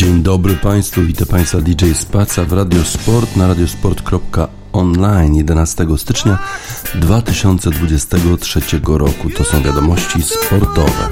Dzień dobry Państwu, witam Państwa DJ Spaca w Radio Sport na radiosport.online 11 stycznia 2023 roku. To są wiadomości sportowe.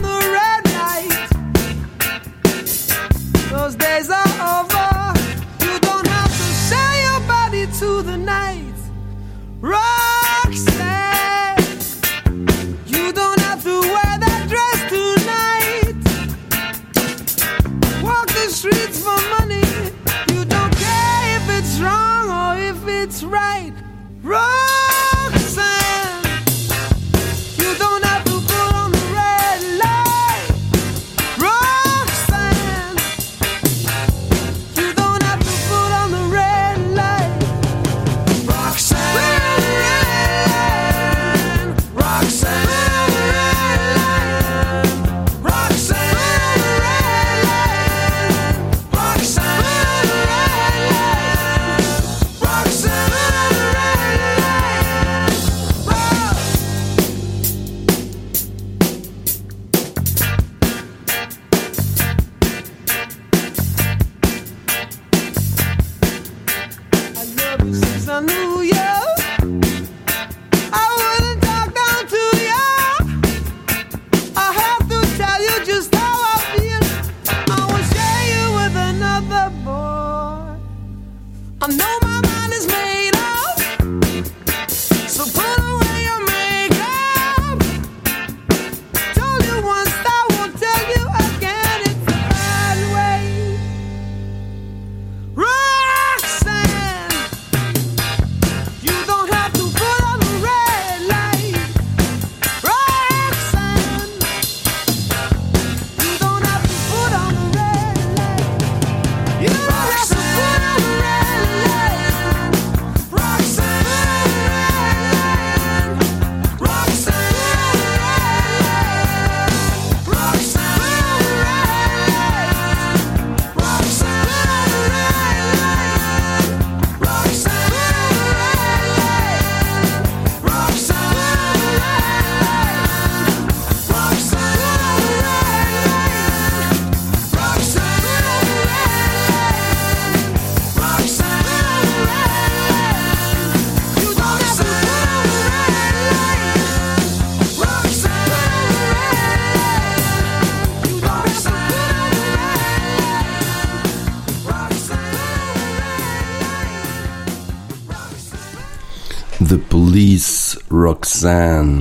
The Police, Roxanne.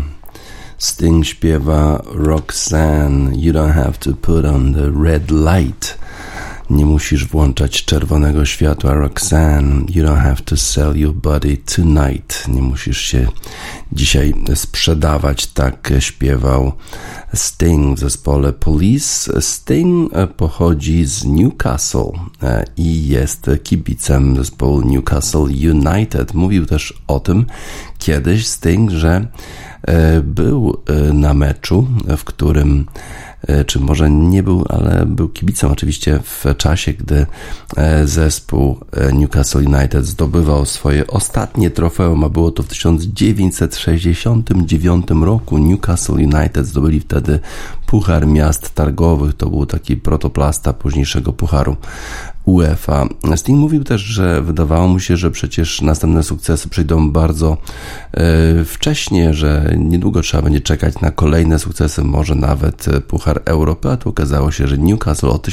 Sting śpiewa Roxanne, you don't have to put on the red light. Nie musisz włączać czerwonego światła, Roxanne. You don't have to sell your body tonight. Nie musisz się dzisiaj sprzedawać, tak śpiewał Sting w zespole Police. Sting pochodzi z Newcastle i jest kibicem zespołu Newcastle United. Mówił też o tym kiedyś Sting, że był na meczu, w którym, czy może nie był, ale był kibicem oczywiście w czasie, gdy zespół Newcastle United zdobywał swoje ostatnie trofeum, a było to w 1969 roku. Newcastle United zdobyli wtedy Puchar Miast Targowych. To był taki protoplasta późniejszego Pucharu UEFA. Sting mówił też, że wydawało mu się, że przecież następne sukcesy przyjdą bardzo wcześnie, że niedługo trzeba będzie czekać na kolejne sukcesy, może nawet Puchar Europy, a to okazało się, że Newcastle od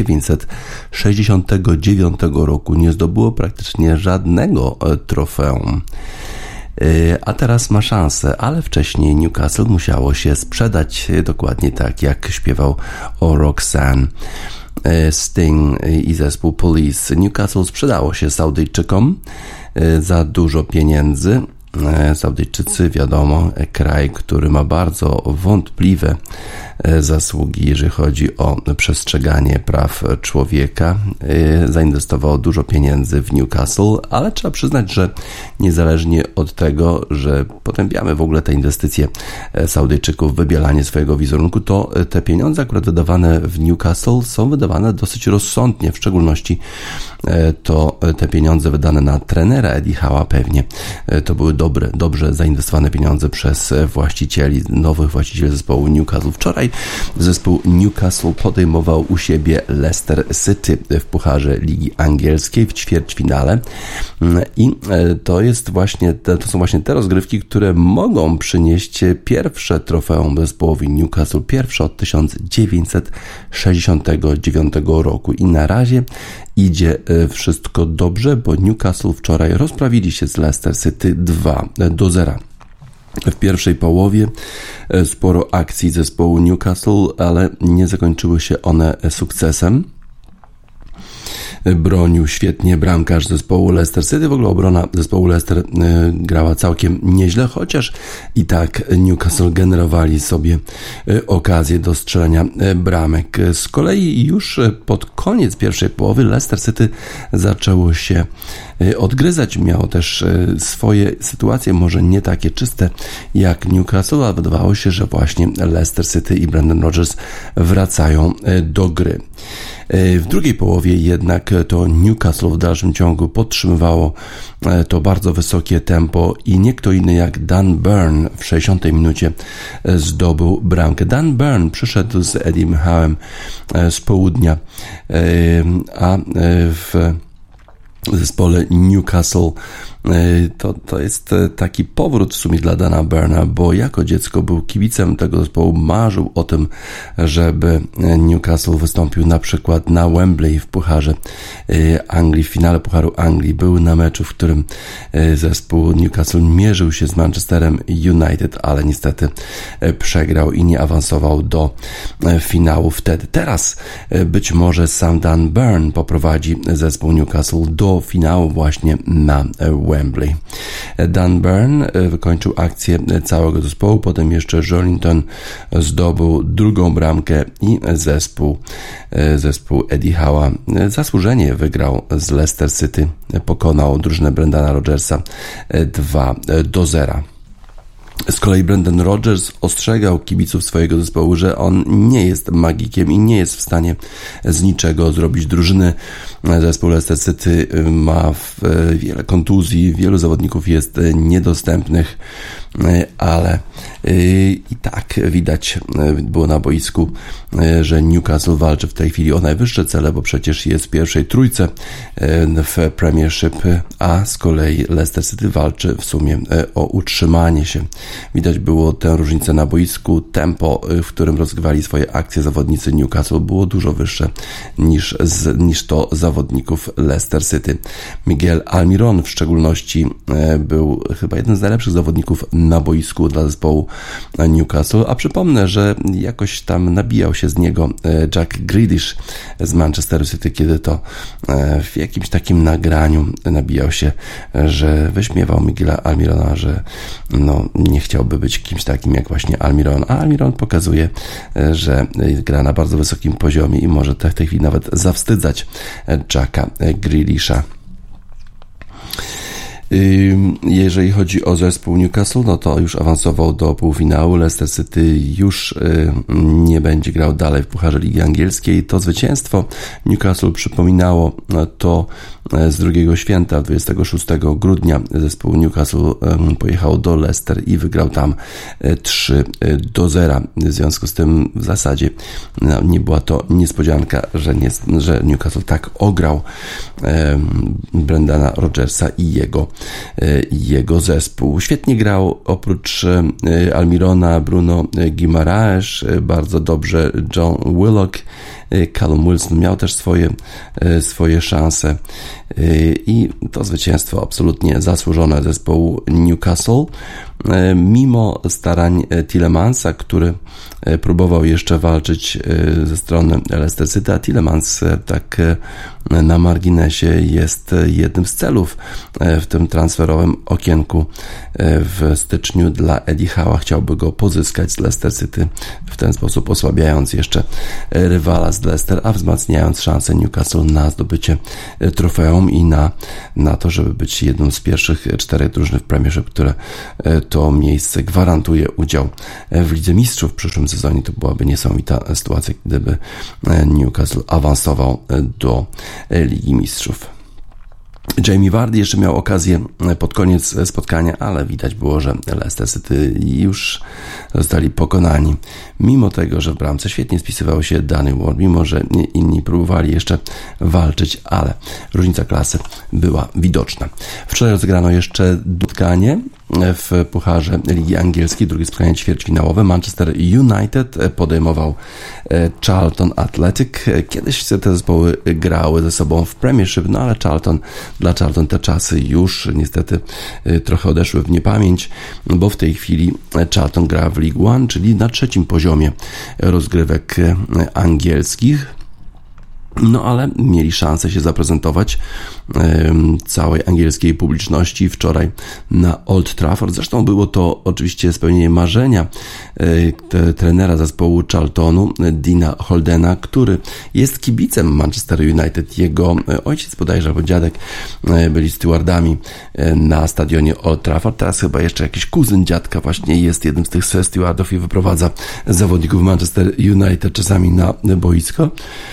1969 roku nie zdobyło praktycznie żadnego trofeum. A teraz ma szansę, ale wcześniej Newcastle musiało się sprzedać, dokładnie tak jak śpiewał o Roxanne Sting i zespół Police. Newcastle sprzedało się Saudyjczykom za dużo pieniędzy. Saudyjczycy, wiadomo, kraj, który ma bardzo wątpliwe zasługi, jeżeli chodzi o przestrzeganie praw człowieka. Zainwestowało dużo pieniędzy w Newcastle, ale trzeba przyznać, że niezależnie od tego, że potępiamy w ogóle te inwestycje Saudyjczyków, wybielanie swojego wizerunku, to te pieniądze akurat wydawane w Newcastle są wydawane dosyć rozsądnie, w szczególności to te pieniądze wydane na trenera Eddie Howe'a pewnie to były dobrze zainwestowane pieniądze przez nowych właścicieli zespołu Newcastle. Wczoraj zespół Newcastle podejmował u siebie Leicester City w Pucharze Ligi Angielskiej w ćwierćfinale i to są właśnie te rozgrywki, które mogą przynieść pierwsze trofeum zespołowi Newcastle, pierwsze od 1969 roku i na razie idzie wszystko dobrze, bo Newcastle wczoraj rozprawili się z Leicester City 2-0. W pierwszej połowie sporo akcji zespołu Newcastle, ale nie zakończyły się one sukcesem. Bronił świetnie bramkarz zespołu Leicester City. W ogóle obrona zespołu Leicester grała całkiem nieźle, chociaż i tak Newcastle generowali sobie okazję do strzelania bramek. Z kolei już pod koniec pierwszej połowy Leicester City zaczęło się odgryzać. Miało też swoje sytuacje, może nie takie czyste jak Newcastle, ale wydawało się, że właśnie Leicester City i Brendan Rodgers wracają do gry. W drugiej połowie jednak to Newcastle w dalszym ciągu podtrzymywało to bardzo wysokie tempo i nie kto inny jak Dan Burn w 60 minucie zdobył bramkę. Dan Burn przyszedł z Eddie Howem z południa, a w zespole Newcastle to jest taki powrót w sumie dla Dana Burna, bo jako dziecko był kibicem tego zespołu, marzył o tym, żeby Newcastle wystąpił na przykład na Wembley w Pucharze Anglii, w finale Pucharu Anglii. Był na meczu, w którym zespół Newcastle mierzył się z Manchesterem United, ale niestety przegrał i nie awansował do finału wtedy. Teraz być może sam Dan Burn poprowadzi zespół Newcastle do finału właśnie na Wembley. Dan Burn wykończył akcję całego zespołu, potem jeszcze Joelinton zdobył drugą bramkę i zespół Eddie Howe'a zasłużenie wygrał z Leicester City, pokonał drużynę Brendana Rodgersa 2-0. Z kolei Brendan Rodgers ostrzegał kibiców swojego zespołu, że on nie jest magikiem i nie jest w stanie z niczego zrobić drużyny. Zespół Leicester City ma wiele kontuzji, wielu zawodników jest niedostępnych, ale i tak widać było na boisku, że Newcastle walczy w tej chwili o najwyższe cele, bo przecież jest w pierwszej trójce w Premiership, a z kolei Leicester City walczy w sumie o utrzymanie się. Widać było tę różnicę na boisku. Tempo, w którym rozgrywali swoje akcje zawodnicy Newcastle, było dużo wyższe niż to zawodników Leicester City. Miguel Almiron w szczególności był chyba jednym z najlepszych zawodników na boisku dla zespołu Newcastle, a przypomnę, że jakoś tam nabijał się z niego Jack Grealish z Manchesteru City, kiedy to w jakimś takim nagraniu nabijał się, że wyśmiewał Miguela Almirona, że nie chciałby być kimś takim jak właśnie Almiron, a Almiron pokazuje, że gra na bardzo wysokim poziomie i może w tej chwili nawet zawstydzać Jacka Grealisha. Jeżeli chodzi o zespół Newcastle, to już awansował do półfinału. Leicester City już nie będzie grał dalej w Pucharze Ligi Angielskiej. To zwycięstwo Newcastle przypominało to z drugiego święta, 26 grudnia. Zespół Newcastle pojechał do Leicester i wygrał tam 3-0. W związku z tym w zasadzie nie była to niespodzianka, że Newcastle tak ograł Brendana Rodgersa i jego zespół. Świetnie grał oprócz Almirona Bruno Guimaraes, bardzo dobrze John Willock, Callum Wilson miał też swoje szanse i to zwycięstwo absolutnie zasłużone zespołu Newcastle, mimo starań Tielemанса, który próbował jeszcze walczyć ze strony Leicester City, a Tielemans tak na marginesie jest jednym z celów w tym transferowym okienku w styczniu dla Eddie Howe'a. Chciałby go pozyskać z Leicester City, w ten sposób osłabiając jeszcze rywala z Leicester, a wzmacniając szansę Newcastle na zdobycie trofeum i na to, żeby być jedną z pierwszych 4 drużyn w Premiership, które to miejsce gwarantuje udział w Lidze Mistrzów w przyszłym sezonie. To byłaby niesamowita sytuacja, gdyby Newcastle awansował do Ligi Mistrzów. Jamie Vardy jeszcze miał okazję pod koniec spotkania, ale widać było, że Leicester City już zostali pokonani. Mimo tego, że w bramce świetnie spisywał się Danny Ward, mimo że inni próbowali jeszcze walczyć, ale różnica klasy była widoczna. Wczoraj rozegrano jeszcze spotkanie w Pucharze Ligi Angielskiej, drugie spotkanie ćwierćfinałowe. Manchester United podejmował Charlton Athletic. Kiedyś te zespoły grały ze sobą w Premiership, no ale dla Charlton te czasy już niestety trochę odeszły w niepamięć, bo w tej chwili Charlton gra w League One, czyli na 3. poziomie rozgrywek angielskich. No ale mieli szansę się zaprezentować całej angielskiej publiczności wczoraj na Old Trafford. Zresztą było to oczywiście spełnienie marzenia trenera zespołu Charltonu, Deana Holdena, który jest kibicem Manchester United. Jego ojciec bodajże albo dziadek byli stewardami na stadionie Old Trafford. Teraz chyba jeszcze jakiś kuzyn dziadka właśnie jest jednym z tych stewardów i wyprowadza zawodników Manchester United czasami na boisko.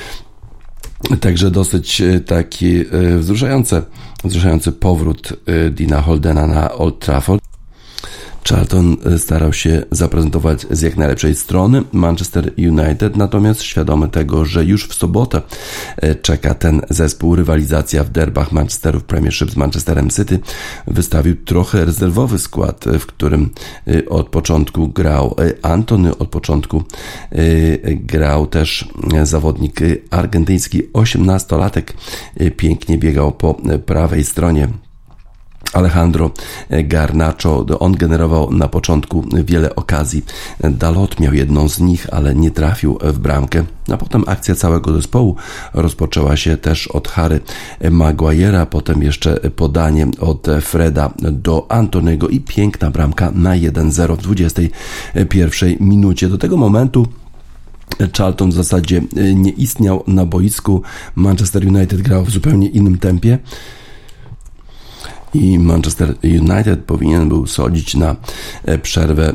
Także dosyć taki wzruszający powrót Deana Holdena na Old Trafford. Charlton starał się zaprezentować z jak najlepszej strony Manchester United, natomiast świadomy tego, że już w sobotę czeka ten zespół, rywalizacja w derbach Manchesteru w Premiership z Manchesterem City, wystawił trochę rezerwowy skład, w którym od początku grał Antony, od początku grał też zawodnik argentyński, 18-latek, pięknie biegał po prawej stronie. Alejandro Garnacho, on generował na początku wiele okazji. Dalot miał jedną z nich, ale nie trafił w bramkę. A potem akcja całego zespołu rozpoczęła się też od Harry Maguire'a, potem jeszcze podanie od Freda do Antony'ego i piękna bramka na 1-0 w 21 minucie. Do tego momentu Charlton w zasadzie nie istniał na boisku. Manchester United grał w zupełnie innym tempie. I Manchester United powinien był sądzić na przerwę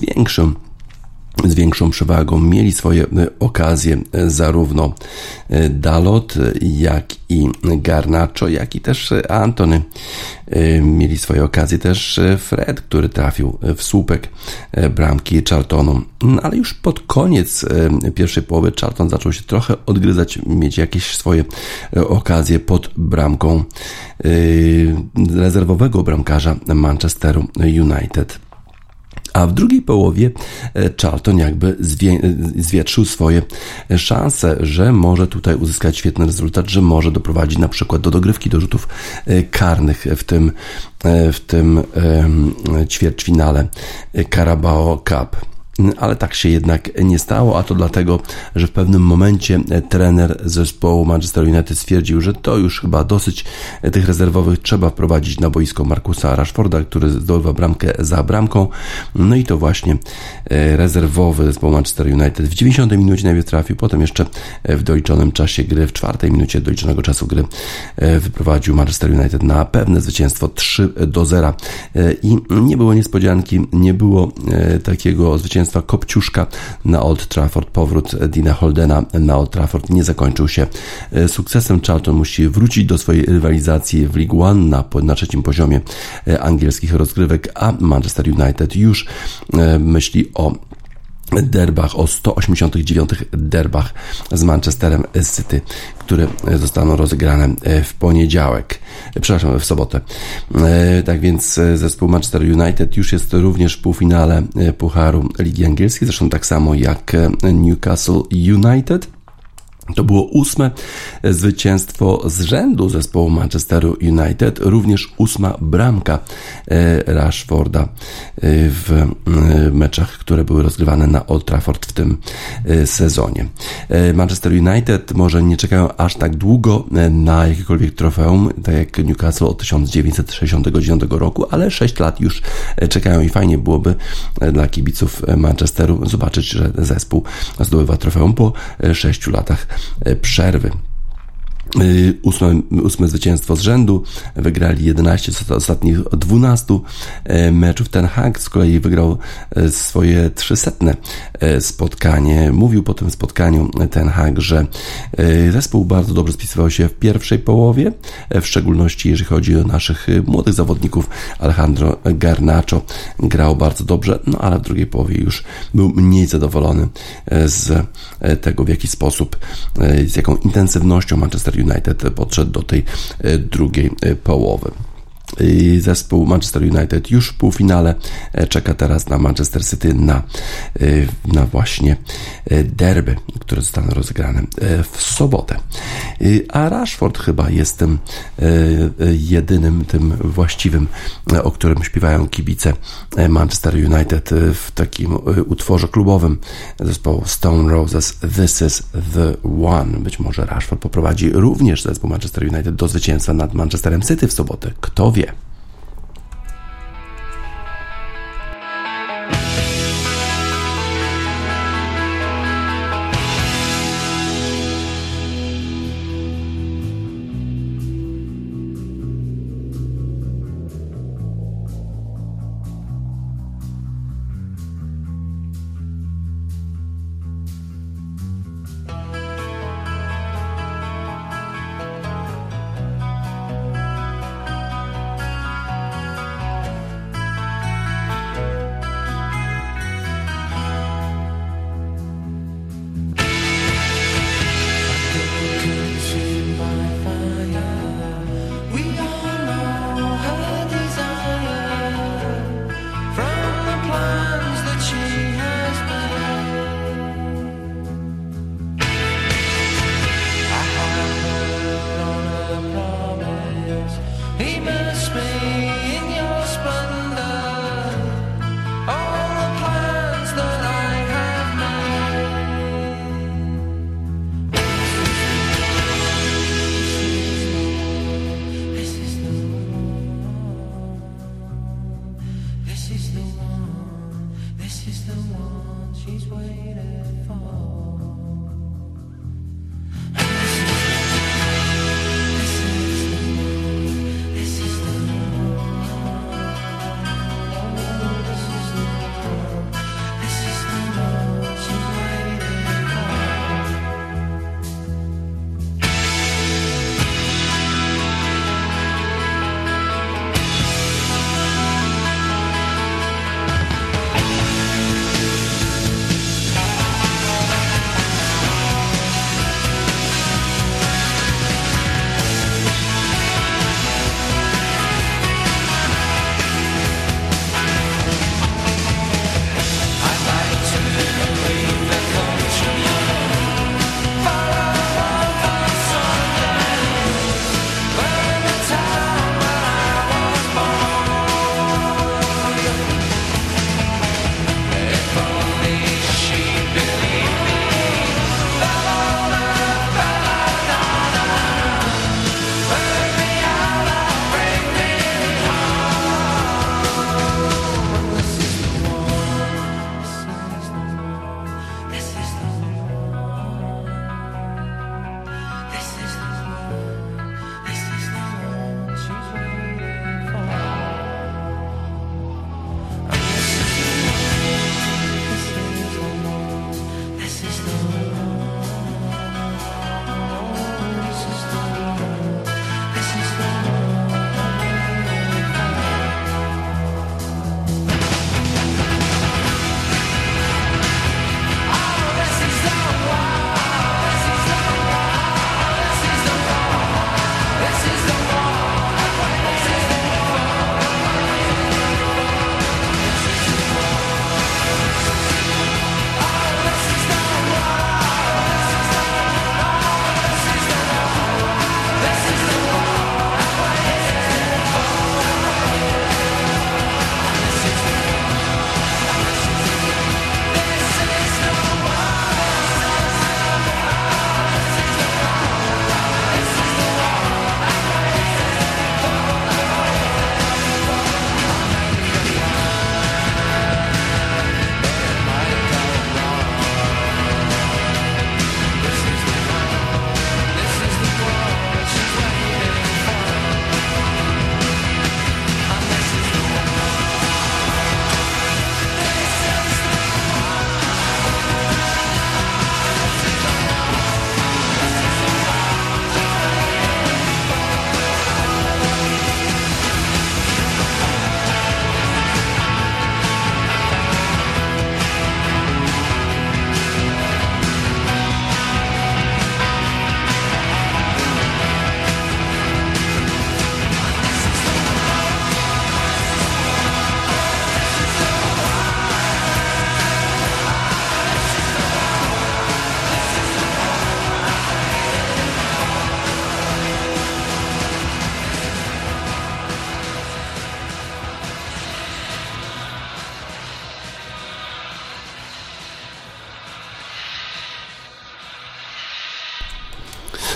z większą przewagą. Mieli swoje okazje zarówno Dalot, jak i Garnacho, jak i też Antony. Mieli swoje okazje też Fred, który trafił w słupek bramki Charltonu. Ale już pod koniec pierwszej połowy Charlton zaczął się trochę odgryzać, mieć jakieś swoje okazje pod bramką rezerwowego bramkarza Manchesteru United. A w drugiej połowie Charlton jakby zwietrzył swoje szanse, że może tutaj uzyskać świetny rezultat, że może doprowadzić na przykład do dogrywki, do rzutów karnych w tym ćwierćfinale Carabao Cup. Ale tak się jednak nie stało, a to dlatego, że w pewnym momencie trener zespołu Manchester United stwierdził, że to już chyba dosyć tych rezerwowych, trzeba wprowadzić na boisko Marcusa Rashforda, który zdobywa bramkę za bramką. No i to właśnie rezerwowy zespołu Manchester United w 90 minucie najpierw trafił, potem jeszcze w doliczonym czasie gry, w 4 minucie doliczonego czasu gry wyprowadził Manchester United na pewne zwycięstwo 3-0 i nie było niespodzianki, nie było takiego zwycięstwa kopciuszka na Old Trafford. Powrót Deana Holdena na Old Trafford nie zakończył się sukcesem. Charlton musi wrócić do swojej rywalizacji w League One na 3. poziomie angielskich rozgrywek, a Manchester United już myśli o derbach, o 189 derbach z Manchesterem City, które zostaną rozegrane w sobotę. Tak więc zespół Manchester United już jest również w półfinale Pucharu Ligi Angielskiej, zresztą tak samo jak Newcastle United. To było 8. zwycięstwo z rzędu zespołu Manchesteru United, również 8. bramka Rashforda w meczach, które były rozgrywane na Old Trafford w tym sezonie. Manchester United może nie czekają aż tak długo na jakiekolwiek trofeum, tak jak Newcastle od 1969 roku, ale 6 lat już czekają i fajnie byłoby dla kibiców Manchesteru zobaczyć, że zespół zdobywa trofeum po 6 latach przerwy. ósme zwycięstwo z rzędu, wygrali 11 z ostatnich 12 meczów. Ten Hag z kolei wygrał swoje 300 spotkanie. Mówił po tym spotkaniu Ten Hag, że zespół bardzo dobrze spisywał się w pierwszej połowie, w szczególności jeżeli chodzi o naszych młodych zawodników. Alejandro Garnacho grał bardzo dobrze, no ale w drugiej połowie już był mniej zadowolony z tego, w jaki sposób, z jaką intensywnością Manchester United podszedł do tej drugiej połowy. Zespół Manchester United już w półfinale, czeka teraz na Manchester City na właśnie derby, które zostaną rozegrane w sobotę. A Rashford chyba jest tym jedynym, tym właściwym, o którym śpiewają kibice Manchester United w takim utworze klubowym zespołu Stone Roses, This is the one. Być może Rashford poprowadzi również zespół Manchester United do zwycięstwa nad Manchesterem City w sobotę. Kto wie?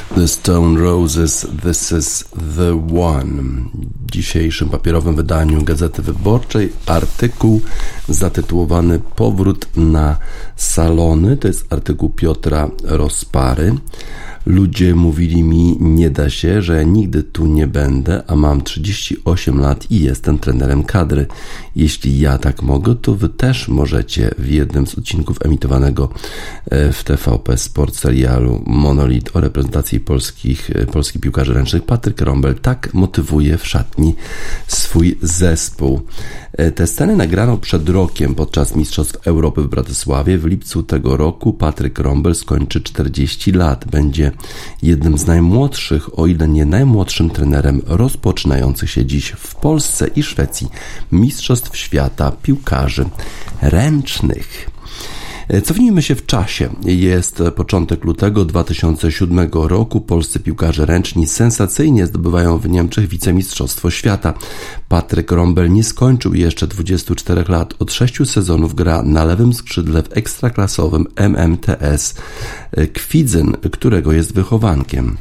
The Stone Roses, This is the One. W dzisiejszym papierowym wydaniu Gazety Wyborczej artykuł zatytułowany Powrót na salony. To jest artykuł Piotra Rozpary. Ludzie mówili mi, nie da się, że ja nigdy tu nie będę, a mam 38 lat i jestem trenerem kadry. Jeśli ja tak mogę, to wy też możecie. W jednym z odcinków emitowanego w TVP Sport serialu Monolit o reprezentacji polskich piłkarzy ręcznych Patryk Rombel tak motywuje w szatni swój zespół. Te sceny nagrano przed rokiem podczas Mistrzostw Europy w Bratysławie. W lipcu tego roku Patryk Rombel skończy 40 lat. Będzie jednym z najmłodszych, o ile nie najmłodszym trenerem rozpoczynających się dziś w Polsce i Szwecji Mistrzostw Świata piłkarzy ręcznych. Cofnijmy się w czasie. Jest początek lutego 2007 roku. Polscy piłkarze ręczni sensacyjnie zdobywają w Niemczech wicemistrzostwo świata. Patryk Rombel nie skończył jeszcze 24 lat. Od 6 sezonów gra na lewym skrzydle w ekstraklasowym MMTS Kwidzyn, którego jest wychowankiem.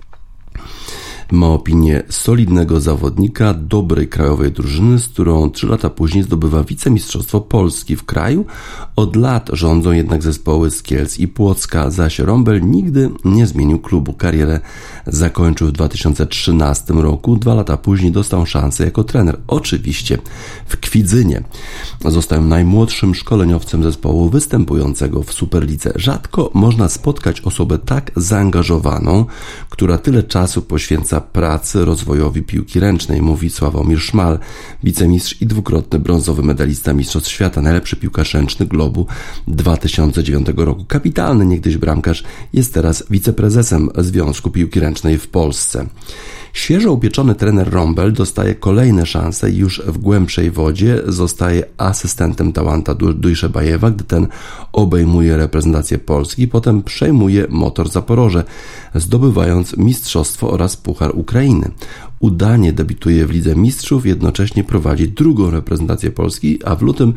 Ma opinię solidnego zawodnika, dobrej krajowej drużyny, z którą 3 lata później zdobywa wicemistrzostwo Polski. W kraju od lat rządzą jednak zespoły z Kielc i Płocka, zaś Rombel nigdy nie zmienił klubu. Karierę zakończył w 2013 roku. 2 lata później dostał szansę jako trener, oczywiście w Kwidzynie. Został najmłodszym szkoleniowcem zespołu występującego w Superlidze. Rzadko można spotkać osobę tak zaangażowaną, która tyle czasu poświęca pracy rozwojowi piłki ręcznej, mówi Sławomir Szmal, wicemistrz i dwukrotny brązowy medalista Mistrzostw Świata, najlepszy piłkarz ręczny Globu 2009 roku. Kapitalny niegdyś bramkarz jest teraz wiceprezesem Związku Piłki Ręcznej w Polsce. Świeżo upieczony trener Rombel dostaje kolejne szanse i już w głębszej wodzie zostaje asystentem Tałanta Dujszebajewa, gdy ten obejmuje reprezentację Polski, potem przejmuje Motor Zaporoże, zdobywając mistrzostwo oraz Puchar Ukrainy. Udanie debiutuje w Lidze Mistrzów, jednocześnie prowadzi drugą reprezentację Polski, a w lutym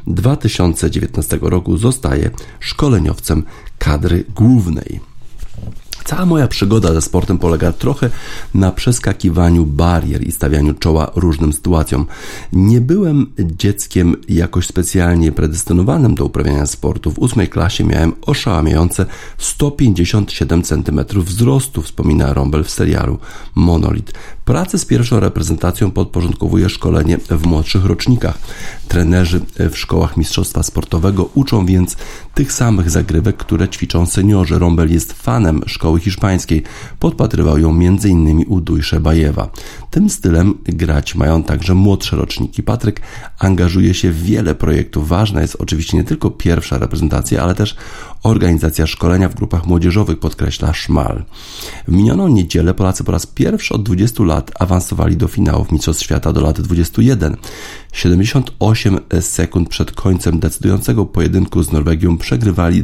2019 roku zostaje szkoleniowcem kadry głównej. Cała moja przygoda ze sportem polega trochę na przeskakiwaniu barier i stawianiu czoła różnym sytuacjom. Nie byłem dzieckiem jakoś specjalnie predestynowanym do uprawiania sportu. W 8 klasie miałem oszałamiające 157 cm wzrostu, wspomina Rombel w serialu Monolit. Pracę z pierwszą reprezentacją podporządkowuje szkolenie w młodszych rocznikach. Trenerzy w szkołach mistrzostwa sportowego uczą więc tych samych zagrywek, które ćwiczą seniorzy. Rombel jest fanem szkoły hiszpańskiej. Podpatrywał ją m.in. u Dujszebajewa. Tym stylem grać mają także młodsze roczniki. Patryk angażuje się w wiele projektów. Ważna jest oczywiście nie tylko pierwsza reprezentacja, ale też organizacja szkolenia w grupach młodzieżowych, podkreśla Szmal. W minioną niedzielę Polacy po raz pierwszy od 20 lat awansowali do finałów Mistrzostw Świata do lat 21. 78 sekund przed końcem decydującego pojedynku z Norwegią przegrywali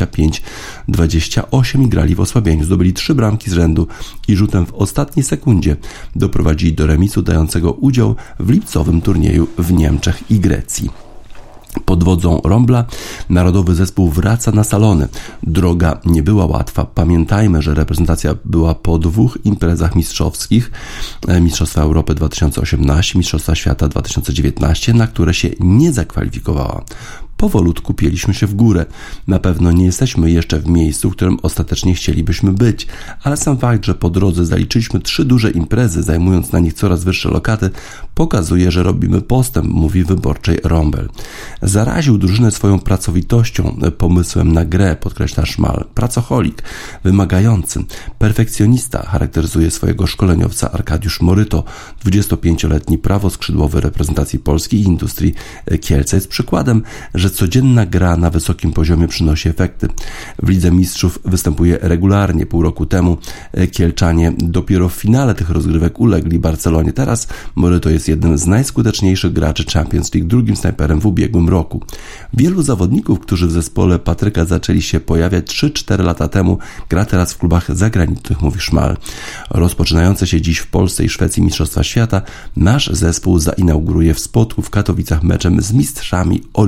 25-28 i grali w osłabieniu. Zdobyli 3 bramki z rzędu i rzutem w ostatniej sekundzie doprowadzili do remisu dającego udział w lipcowym turnieju w Niemczech i Grecji. Pod wodzą Rombla narodowy zespół wraca na salony. Droga nie była łatwa. Pamiętajmy, że reprezentacja była po 2 imprezach mistrzowskich. Mistrzostwa Europy 2018, Mistrzostwa Świata 2019, na które się nie zakwalifikowała. Powolutku pieliśmy się w górę. Na pewno nie jesteśmy jeszcze w miejscu, w którym ostatecznie chcielibyśmy być, ale sam fakt, że po drodze zaliczyliśmy 3 duże imprezy, zajmując na nich coraz wyższe lokaty, pokazuje, że robimy postęp, mówi wyborczej Rombel. Zaraził drużynę swoją pracowitością, pomysłem na grę, podkreśla Szmal. Pracoholik, wymagający, perfekcjonista charakteryzuje swojego szkoleniowca Arkadiusz Moryto. 25-letni prawoskrzydłowy reprezentacji Polski i Industrii Kielce jest przykładem, że codzienna gra na wysokim poziomie przynosi efekty. W Lidze Mistrzów występuje regularnie. Pół roku temu Kielczanie dopiero w finale tych rozgrywek ulegli Barcelonie. Teraz Moryto jest jednym z najskuteczniejszych graczy Champions League, drugim snajperem w ubiegłym roku. Wielu zawodników, którzy w zespole Patryka zaczęli się pojawiać 3-4 lata temu, gra teraz w klubach zagranicznych, mówi Szmal. Rozpoczynające się dziś w Polsce i Szwecji Mistrzostwa Świata nasz zespół zainauguruje w Spodku w Katowicach meczem z mistrzami olimpijskimi.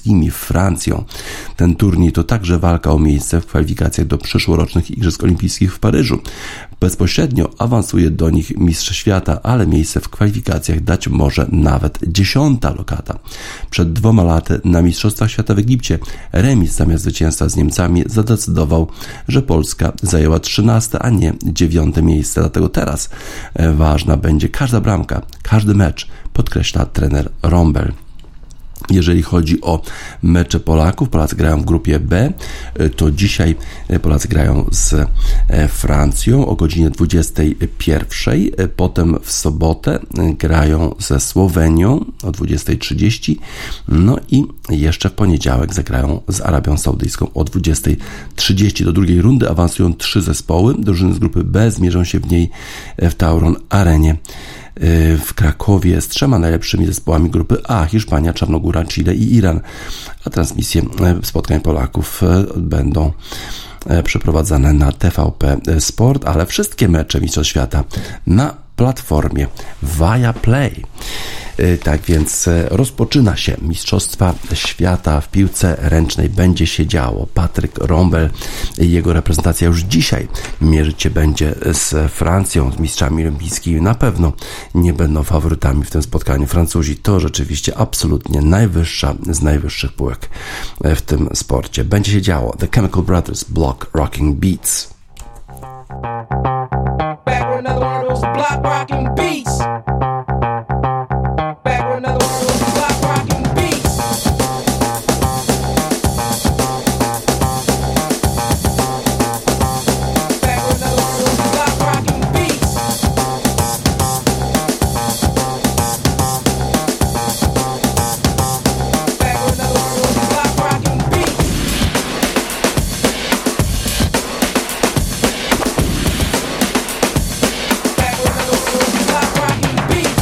olimpijskimi Francją. Ten turniej to także walka o miejsce w kwalifikacjach do przyszłorocznych Igrzysk Olimpijskich w Paryżu. Bezpośrednio awansuje do nich mistrz świata, ale miejsce w kwalifikacjach dać może nawet 10. lokata. Przed 2 laty na Mistrzostwach Świata w Egipcie remis zamiast zwycięstwa z Niemcami zadecydował, że Polska zajęła 13, a nie 9. miejsce. Dlatego teraz ważna będzie każda bramka, każdy mecz, podkreśla trener Rombel. Jeżeli chodzi o mecze Polaków, Polacy grają w grupie B, to dzisiaj Polacy grają z Francją o godzinie 21, potem w sobotę grają ze Słowenią o 20:30, no i jeszcze w poniedziałek zagrają z Arabią Saudyjską o 20:30. Do drugiej rundy awansują 3 zespoły, drużyny z grupy B zmierzą się w niej w Tauron Arenie w Krakowie z 3 najlepszymi zespołami grupy A: Hiszpania, Czarnogóra, Chile i Iran. A transmisje spotkań Polaków będą przeprowadzane na TVP Sport, ale wszystkie mecze Mistrzostw Świata na platformie Viaplay. Tak więc rozpoczyna się Mistrzostwa Świata w piłce ręcznej. Będzie się działo. Patryk Rombel i jego reprezentacja już dzisiaj mierzyć się będzie z Francją, z mistrzami olimpijskimi. Na pewno nie będą faworytami w tym spotkaniu. Francuzi to rzeczywiście absolutnie najwyższa z najwyższych półek w tym sporcie. Będzie się działo. The Chemical Brothers, Block Rocking Beats. Back with another one of those block rocking beats. Back with another one of those block rocking beats. Back with another one of those block rocking beats. Back with another one of those block rocking beats. Back with another one of those block rocking beats.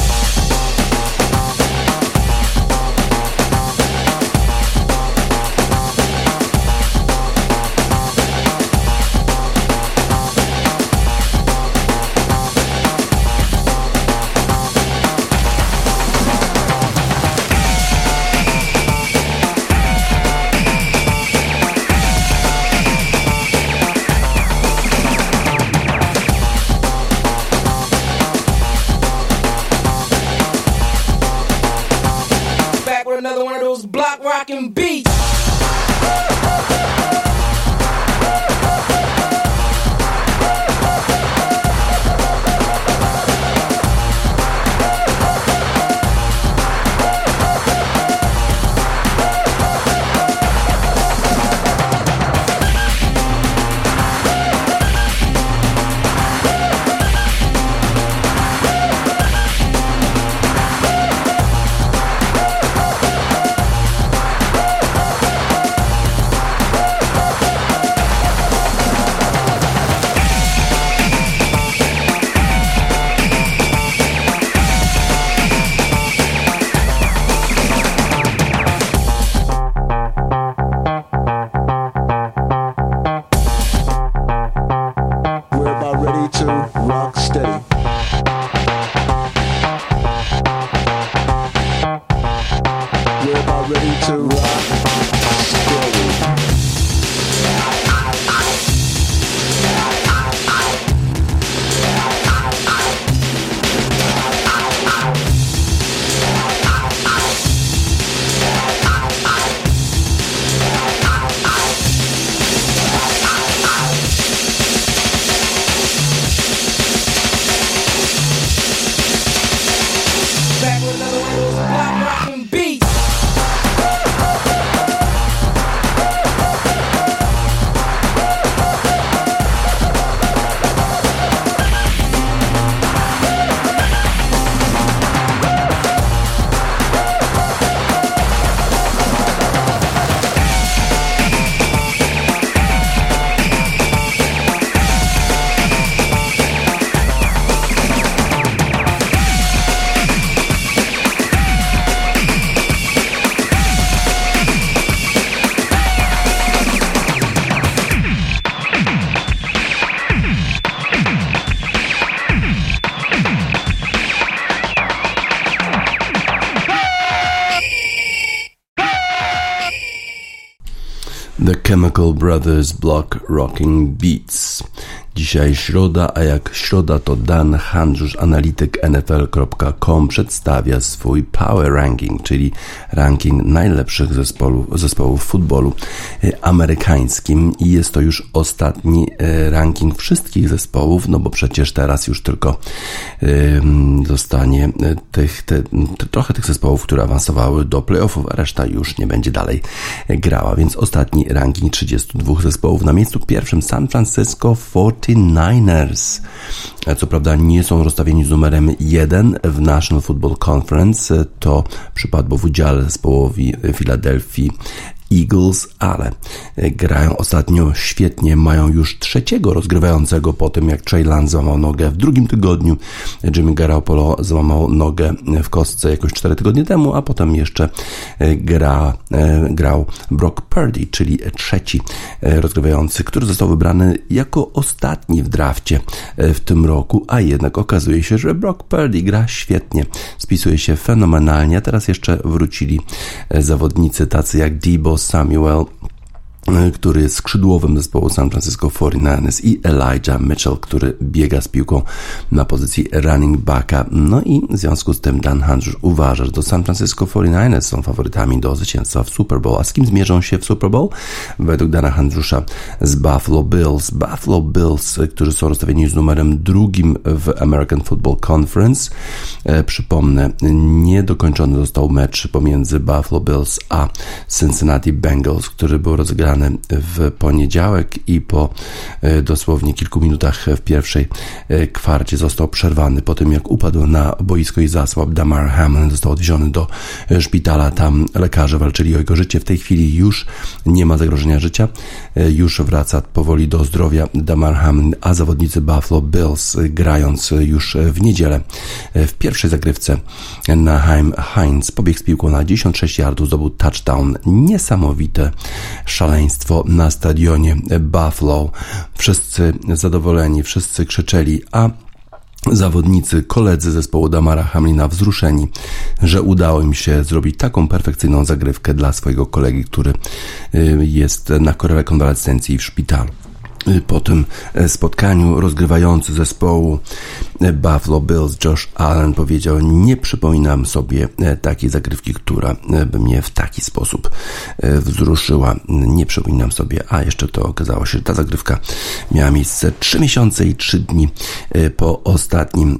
Back with another one of those block rocking beats. We're about ready to rock steady. We're about ready to rock steady. Back with another one of those block rocking beats. The Chemical Brothers Block Rocking Beats. Dzisiaj środa, a jak środa to Dan Handrzusz, analityk NFL.com, przedstawia swój Power Ranking, czyli ranking najlepszych zespołów w futbolu amerykańskim i jest to już ostatni ranking wszystkich zespołów, no bo przecież teraz już tylko zostanie trochę tych zespołów, które awansowały do playoffów, a reszta już nie będzie dalej grała, więc ostatni ranking 32 zespołów. Na miejscu pierwszym San Francisco 49ers. Co prawda nie są rozstawieni z numerem 1 w National Football Conference. To przypadło w udziale zespołowi Philadelphia Eagles, ale grają ostatnio świetnie, mają już trzeciego rozgrywającego po tym, jak Trey Lance złamał nogę w drugim tygodniu. Jimmy Garoppolo złamał nogę w kostce jakoś 4 tygodnie temu, a potem jeszcze grał Brock Purdy, czyli trzeci rozgrywający, który został wybrany jako ostatni w drafcie w tym roku, a jednak okazuje się, że Brock Purdy gra świetnie, spisuje się fenomenalnie, a teraz jeszcze wrócili zawodnicy tacy jak Deebo Samuel, który jest skrzydłowym zespołu San Francisco 49ers, i Elijah Mitchell, który biega z piłką na pozycji running backa. No i w związku z tym Dan Handrzusz uważa, że to San Francisco 49ers są faworytami do zwycięstwa w Super Bowl. A z kim zmierzą się w Super Bowl? Według Dana Handrzusza z Buffalo Bills. Buffalo Bills, którzy są rozstawieni z numerem 2 w American Football Conference. Przypomnę, niedokończony został mecz pomiędzy Buffalo Bills a Cincinnati Bengals, który był rozegrany w poniedziałek i po dosłownie kilku minutach w pierwszej kwarcie został przerwany po tym, jak upadł na boisko i zasłabł. Damar Hamlin został odwieziony do szpitala. Tam lekarze walczyli o jego życie. W tej chwili już nie ma zagrożenia życia. Już wraca powoli do zdrowia Damar Hamlin, a zawodnicy Buffalo Bills, grając już w niedzielę w pierwszej zagrywce, Nyheim Hines pobiegł z piłką na 96 yardów, zdobył touchdown. Niesamowite szaleństwo na stadionie Buffalo. Wszyscy zadowoleni, wszyscy krzyczeli, a zawodnicy, koledzy zespołu Damara Hamlina wzruszeni, że udało im się zrobić taką perfekcyjną zagrywkę dla swojego kolegi, który jest na rekonwalescencji w szpitalu. Po tym spotkaniu rozgrywający zespołu Buffalo Bills Josh Allen powiedział: nie przypominam sobie takiej zagrywki, która by mnie w taki sposób wzruszyła. Nie przypominam sobie, a jeszcze to okazało się, że ta zagrywka miała miejsce 3 miesiące i 3 dni po ostatnim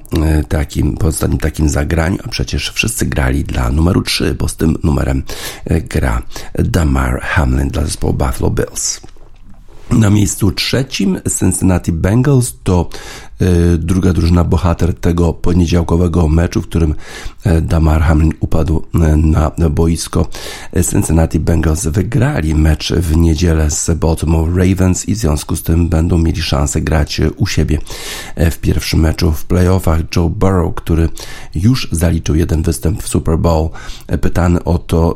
takim zagraniu, a przecież wszyscy grali dla numeru 3, bo z tym numerem gra Damar Hamlin dla zespołu Buffalo Bills. Na miejscu trzecim Cincinnati Bengals to druga drużyna, bohater tego poniedziałkowego meczu, w którym Damar Hamlin upadł na boisko. Cincinnati Bengals wygrali mecz w niedzielę z Baltimore Ravens i w związku z tym będą mieli szansę grać u siebie w pierwszym meczu w playoffach. Joe Burrow, który już zaliczył jeden występ w Super Bowl, pytany o to,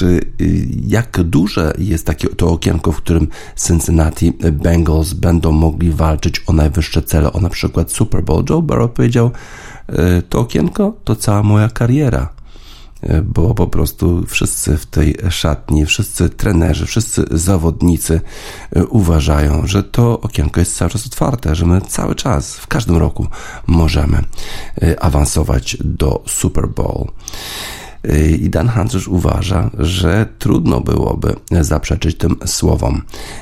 jak duże jest takie to okienko, w którym Cincinnati Bengals będą mogli walczyć o najwyższe cele, o na przykład Super Bowl. Joe Burrow powiedział: to okienko to cała moja kariera, bo po prostu wszyscy w tej szatni, wszyscy trenerzy, wszyscy zawodnicy uważają, że to okienko jest cały czas otwarte, że my cały czas, w każdym roku możemy awansować do Super Bowl. I Dan Handrzusz uważa, że trudno byłoby zaprzeczyć tym słowom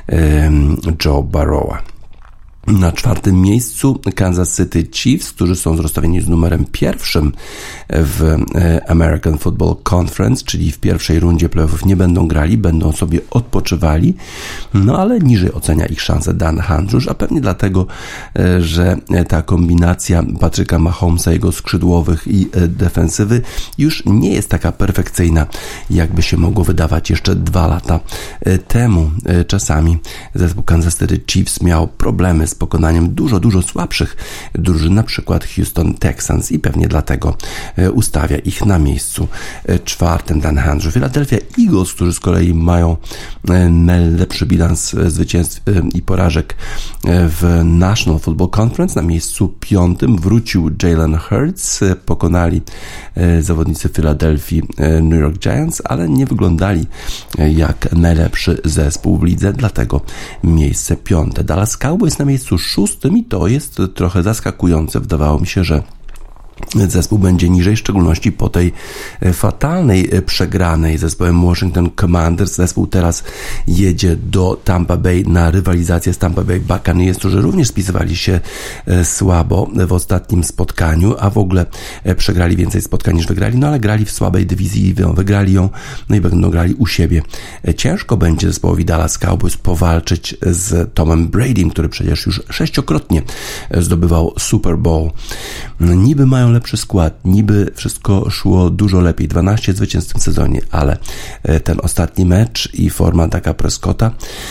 Joe Burrowa. Na czwartym miejscu Kansas City Chiefs, którzy są rozstawieni z numerem 1 w American Football Conference, czyli w pierwszej rundzie playoffów nie będą grali, będą sobie odpoczywali, no ale niżej ocenia ich szanse Dan Handrzusz, a pewnie dlatego, że ta kombinacja Patryka Mahomesa, jego skrzydłowych i defensywy już nie jest taka perfekcyjna, jakby się mogło wydawać jeszcze 2 lata temu. Czasami zespół Kansas City Chiefs miał problemy z pokonaniem dużo słabszych drużyn, na przykład Houston Texans, i pewnie dlatego ustawia ich na miejscu 4. Dan Andrew. Philadelphia Eagles, którzy z kolei mają najlepszy bilans zwycięstw i porażek w National Football Conference, na miejscu 5. wrócił Jalen Hurts, pokonali zawodnicy Philadelphii New York Giants, ale nie wyglądali jak najlepszy zespół w lidze, dlatego miejsce 5. Dallas Cowboys na miejscu 6. i to jest trochę zaskakujące. Wydawało mi się, że zespół będzie niżej, w szczególności po tej fatalnej przegranej zespołem Washington Commanders. Zespół teraz jedzie do Tampa Bay na rywalizację z Tampa Bay Buccaneers, którzy również spisywali się słabo w ostatnim spotkaniu, a w ogóle przegrali więcej spotkań niż wygrali, ale grali w słabej dywizji i wygrali ją, i będą grali u siebie. Ciężko będzie zespołowi Dallas Cowboys powalczyć z Tomem Bradym, który przecież już 6-krotnie zdobywał Super Bowl. Niby mają lepszy skład, niby wszystko szło dużo lepiej, 12 zwycięstw w tym sezonie, ale ten ostatni mecz i forma Daka Prescotta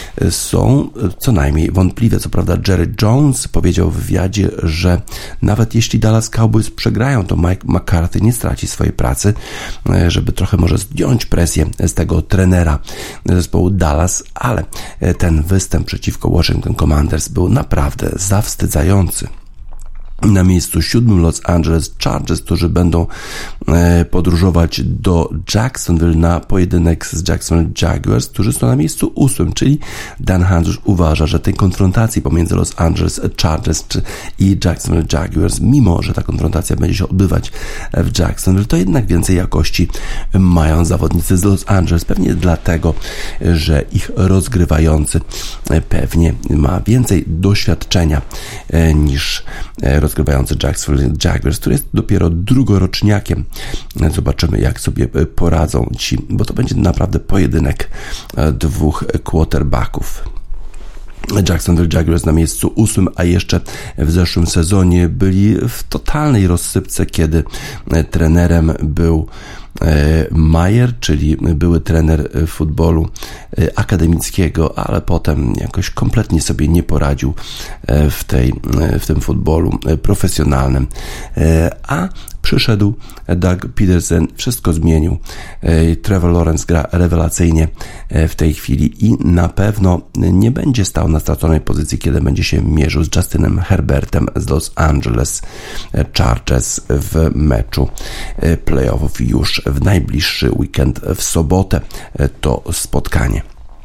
są co najmniej wątpliwe. Co prawda Jerry Jones powiedział w wywiadzie, że nawet jeśli Dallas Cowboys przegrają, to Mike McCarthy nie straci swojej pracy, żeby trochę może zdjąć presję z tego trenera zespołu Dallas, ale ten występ przeciwko Washington Commanders był naprawdę zawstydzający. Na miejscu 7 Los Angeles Chargers, którzy będą podróżować do Jacksonville na pojedynek z Jacksonville Jaguars, którzy są na miejscu 8, czyli Dan Andrews uważa, że tej konfrontacji pomiędzy Los Angeles Chargers i Jacksonville Jaguars, mimo że ta konfrontacja będzie się odbywać w Jacksonville, to jednak więcej jakości mają zawodnicy z Los Angeles, pewnie dlatego, że ich rozgrywający pewnie ma więcej doświadczenia niż rozgrywający Jacksonville Jaguars, który jest dopiero drugoroczniakiem. Zobaczymy, jak sobie poradzą ci, bo to będzie naprawdę pojedynek dwóch quarterbacków. Jacksonville Jaguars na miejscu 8, a jeszcze w zeszłym sezonie byli w totalnej rozsypce, kiedy trenerem był Mayer, czyli były trener futbolu akademickiego, ale potem jakoś kompletnie sobie nie poradził w tym futbolu profesjonalnym. A przyszedł Doug Peterson, wszystko zmienił. Trevor Lawrence gra rewelacyjnie w tej chwili i na pewno nie będzie stał na straconej pozycji, kiedy będzie się mierzył z Justinem Herbertem z Los Angeles Chargers w meczu playoffów już w najbliższy weekend, w sobotę to spotkanie.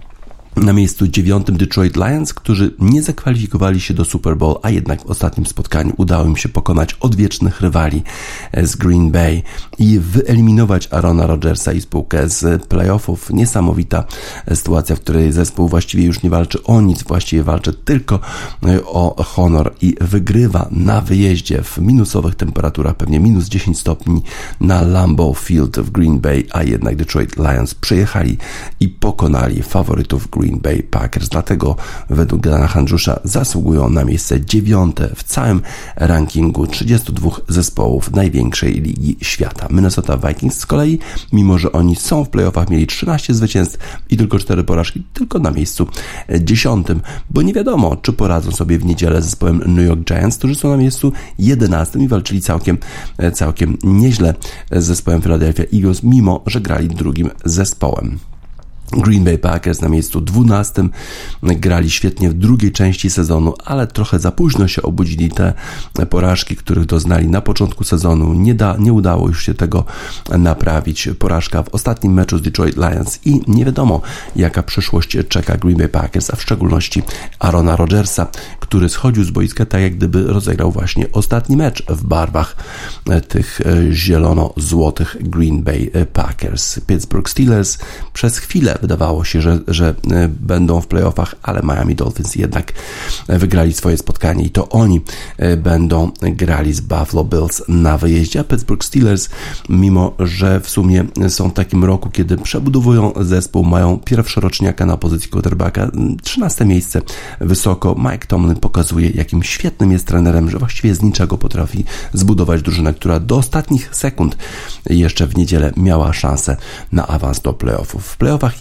Na miejscu 9 Detroit Lions, którzy nie zakwalifikowali się do Super Bowl, a jednak w ostatnim spotkaniu udało im się pokonać odwiecznych rywali z Green Bay i wyeliminować Aarona Rodgersa i spółkę z playoffów. Niesamowita sytuacja, w której zespół właściwie już nie walczy o nic, właściwie walczy tylko o honor i wygrywa na wyjeździe w minusowych temperaturach, pewnie minus 10 stopni na Lambeau Field w Green Bay, a jednak Detroit Lions przyjechali i pokonali faworytów Green Bay Packers, dlatego według Dana Andrewsa zasługują na miejsce 9 w całym rankingu 32 zespołów największej ligi świata. Minnesota Vikings z kolei, mimo że oni są w playoffach, mieli 13 zwycięstw i tylko 4 porażki, tylko na miejscu 10, bo nie wiadomo, czy poradzą sobie w niedzielę z zespołem New York Giants, którzy są na miejscu 11 i walczyli całkiem nieźle z zespołem Philadelphia Eagles, mimo że grali drugim zespołem. Green Bay Packers na miejscu 12 grali świetnie w drugiej części sezonu, ale trochę za późno się obudzili. Te porażki, których doznali na początku sezonu, nie udało już się tego naprawić. Porażka w ostatnim meczu z Detroit Lions i nie wiadomo, jaka przyszłość czeka Green Bay Packers, a w szczególności Aarona Rodgersa, który schodził z boiska tak, jak gdyby rozegrał właśnie ostatni mecz w barwach tych zielono-złotych Green Bay Packers. Pittsburgh Steelers przez chwilę wydawało się, że będą w playoffach, ale Miami Dolphins jednak wygrali swoje spotkanie i to oni będą grali z Buffalo Bills na wyjeździe, a Pittsburgh Steelers, mimo że w sumie są w takim roku, kiedy przebudowują zespół, mają pierwszoroczniaka na pozycji quarterbacka, 13 miejsce wysoko. Mike Tomlin pokazuje, jakim świetnym jest trenerem, że właściwie z niczego potrafi zbudować drużynę, która do ostatnich sekund jeszcze w niedzielę miała szansę na awans do playoffów. W playoffach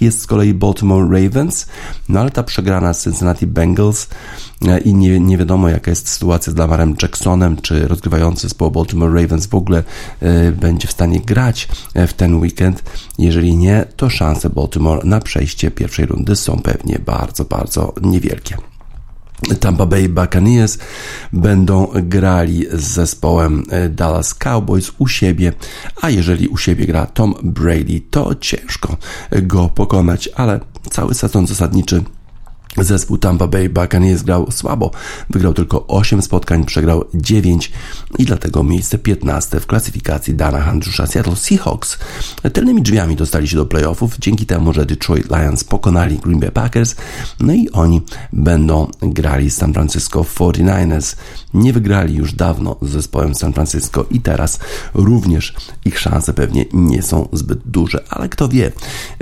jest z kolei Baltimore Ravens, no ale ta przegrana z Cincinnati Bengals i nie wiadomo, jaka jest sytuacja z Lamarem Jacksonem, czy rozgrywający zespoł Baltimore Ravens w ogóle będzie w stanie grać w ten weekend. Jeżeli nie, to szanse Baltimore na przejście pierwszej rundy są pewnie bardzo, bardzo niewielkie. Tampa Bay Buccaneers będą grali z zespołem Dallas Cowboys u siebie, a jeżeli u siebie gra Tom Brady, to ciężko go pokonać, ale cały sezon zasadniczy zespół Tampa Bay Buccaneers grał słabo, wygrał tylko 8 spotkań, przegrał 9 i dlatego miejsce 15 w klasyfikacji Dana Handrusza. Seattle Seahawks tylnymi drzwiami dostali się do playoffów dzięki temu, że Detroit Lions pokonali Green Bay Packers, no i oni będą grali z San Francisco 49ers. Nie wygrali już dawno z zespołem San Francisco i teraz również ich szanse pewnie nie są zbyt duże, ale kto wie,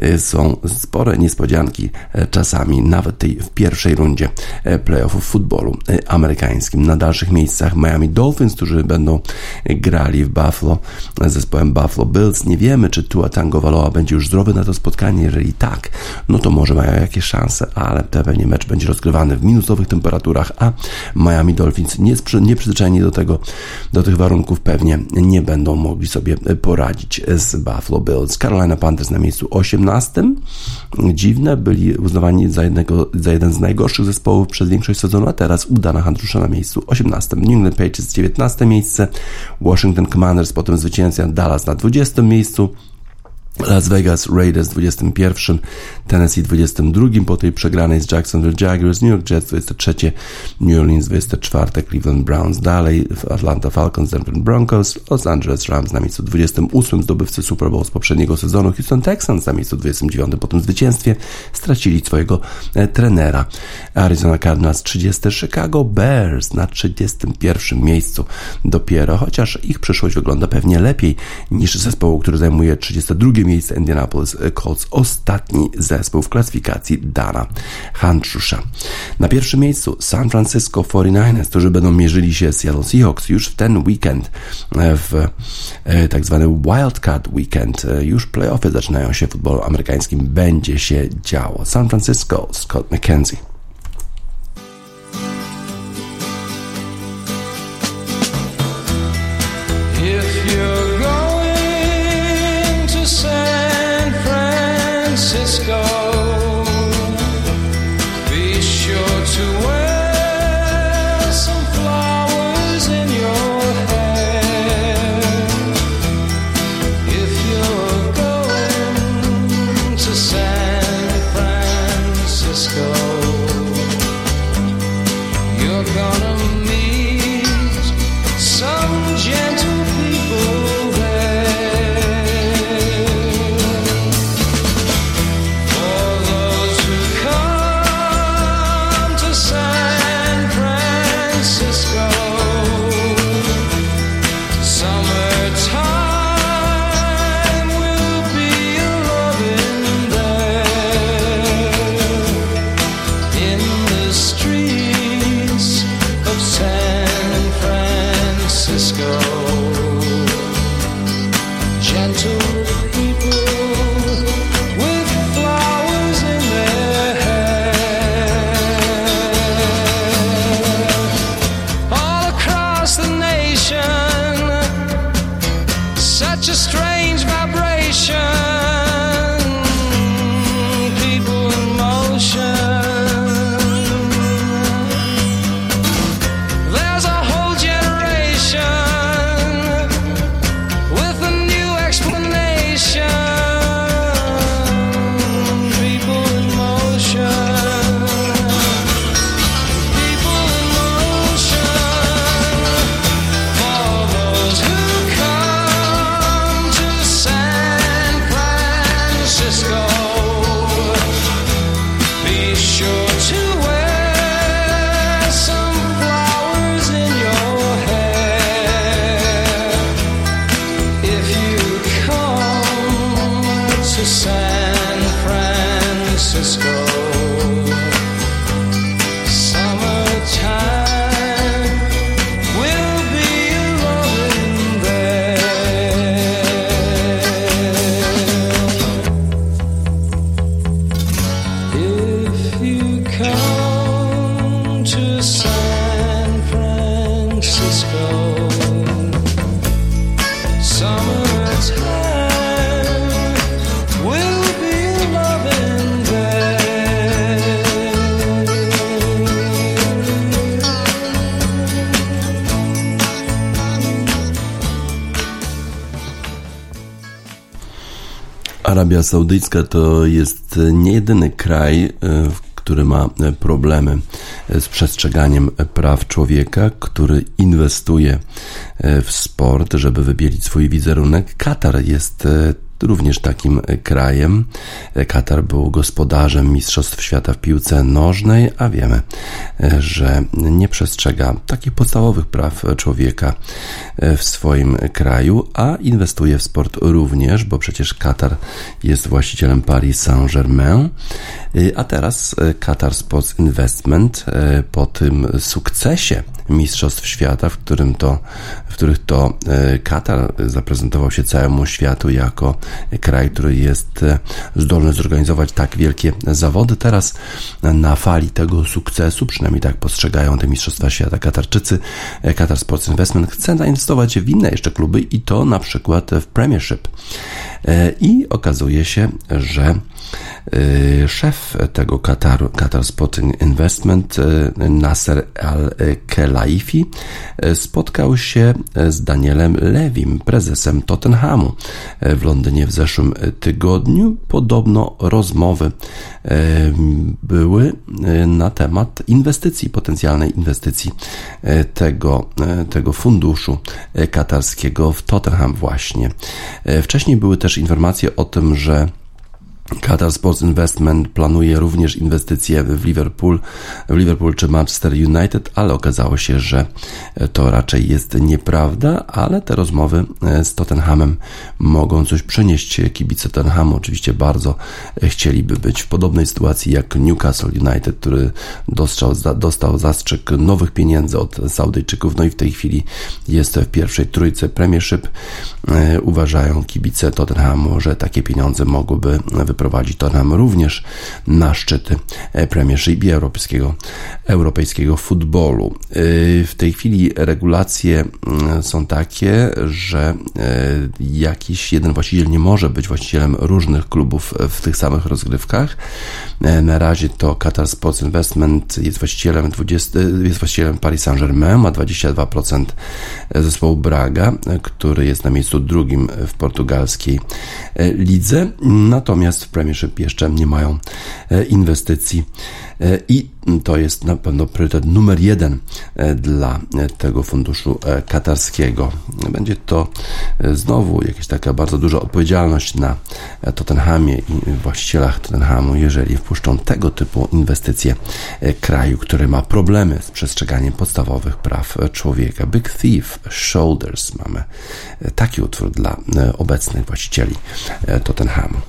są spore niespodzianki czasami, nawet w pierwszej rundzie playoffów w futbolu amerykańskim. Na dalszych miejscach Miami Dolphins, którzy będą grali w Buffalo z zespołem Buffalo Bills. Nie wiemy, czy Tua Tagovailoa będzie już zdrowy na to spotkanie. Jeżeli tak, no to może mają jakieś szanse, ale pewnie mecz będzie rozgrywany w minusowych temperaturach, a Miami Dolphins nieprzyzwyczajeni do tych warunków pewnie nie będą mogli sobie poradzić z Buffalo Bills. Carolina Panthers na miejscu 18. Dziwne, byli uznawani za jeden z najgorszych zespołów przez większość sezonu, a teraz udana Handrusza na miejscu 18. New England Patriots 19. miejsce, Washington Commanders potem zwycięzca Dallas na 20. miejscu, Las Vegas Raiders 21, Tennessee 22 po tej przegranej z Jacksonville Jaguars, New York Jets 23, New Orleans 24, Cleveland Browns dalej, Atlanta Falcons, Denver Broncos, Los Angeles Rams na miejscu 28, zdobywcy Super Bowl z poprzedniego sezonu, Houston Texans na miejscu 29 po tym zwycięstwie, stracili swojego trenera, Arizona Cardinals 30, Chicago Bears na 31 miejscu dopiero, chociaż ich przyszłość wygląda pewnie lepiej niż zespołu, który zajmuje 32 miejsce, Indianapolis Colts, ostatni zespół w klasyfikacji Dana Handrusza. Na pierwszym miejscu San Francisco 49ers, którzy będą mierzyli się z Seattle Seahawks już w ten weekend, w tak zwany Wildcard Weekend. Już playoffy zaczynają się w futbolu amerykańskim, będzie się działo. San Francisco, Scott McKenzie. Francisco, be sure to wear some flowers in your hair. If you're going to San Francisco, you're gonna meet some gentle people there. Arabia Saudyjska to jest nie jedyny kraj, który ma problemy z przestrzeganiem praw człowieka, który inwestuje w sport, żeby wybielić swój wizerunek. Katar jest również takim krajem. Katar był gospodarzem Mistrzostw Świata w piłce nożnej, a wiemy, że nie przestrzega takich podstawowych praw człowieka w swoim kraju, a inwestuje w sport również, bo przecież Katar jest właścicielem Paris Saint-Germain, a teraz Qatar Sports Investment po tym sukcesie Mistrzostw Świata, w których to Katar zaprezentował się całemu światu jako kraj, który jest zdolny zorganizować tak wielkie zawody. Teraz na fali tego sukcesu, przynajmniej tak postrzegają te Mistrzostwa Świata Katarczycy, Qatar Sports Investment chce zainwestować w inne jeszcze kluby i to na przykład w Premiership. I okazuje się, że szef tego Qatar Sporting Investment, Nasser Al-Khelaifi, spotkał się z Danielem Levim, prezesem Tottenhamu w Londynie w zeszłym tygodniu. Podobno rozmowy były na temat inwestycji, potencjalnej inwestycji tego funduszu katarskiego w Tottenham właśnie. Wcześniej były też informacje o tym, że Qatar Sports Investment planuje również inwestycje w Liverpool czy Manchester United, ale okazało się, że to raczej jest nieprawda, ale te rozmowy z Tottenhamem mogą coś przynieść. Kibice Tottenhamu oczywiście bardzo chcieliby być w podobnej sytuacji jak Newcastle United, który dostał zastrzyk nowych pieniędzy od Saudyjczyków, no i w tej chwili jest w pierwszej trójce Premiership. Uważają kibice Tottenhamu, że takie pieniądze mogłyby wyprowadzić Tottenham również na szczyty Premiership i europejskiego futbolu. W tej chwili regulacje są takie, że jakiś jeden właściciel nie może być właścicielem różnych klubów w tych samych rozgrywkach. Na razie to Qatar Sports Investment jest właścicielem Paris Saint-Germain, ma 22% zespołu Braga, który jest na miejscu drugim w portugalskiej lidze, natomiast w Premiership jeszcze nie mają inwestycji i to jest na pewno priorytet numer 1 dla tego funduszu katarskiego. Będzie to znowu jakaś taka bardzo duża odpowiedzialność na Tottenhamie i właścicielach Tottenhamu, jeżeli wpuszczą tego typu inwestycje kraju, który ma problemy z przestrzeganiem podstawowych praw człowieka. Big Thief, Shoulders, mamy taki utwór dla obecnych właścicieli Tottenhamu.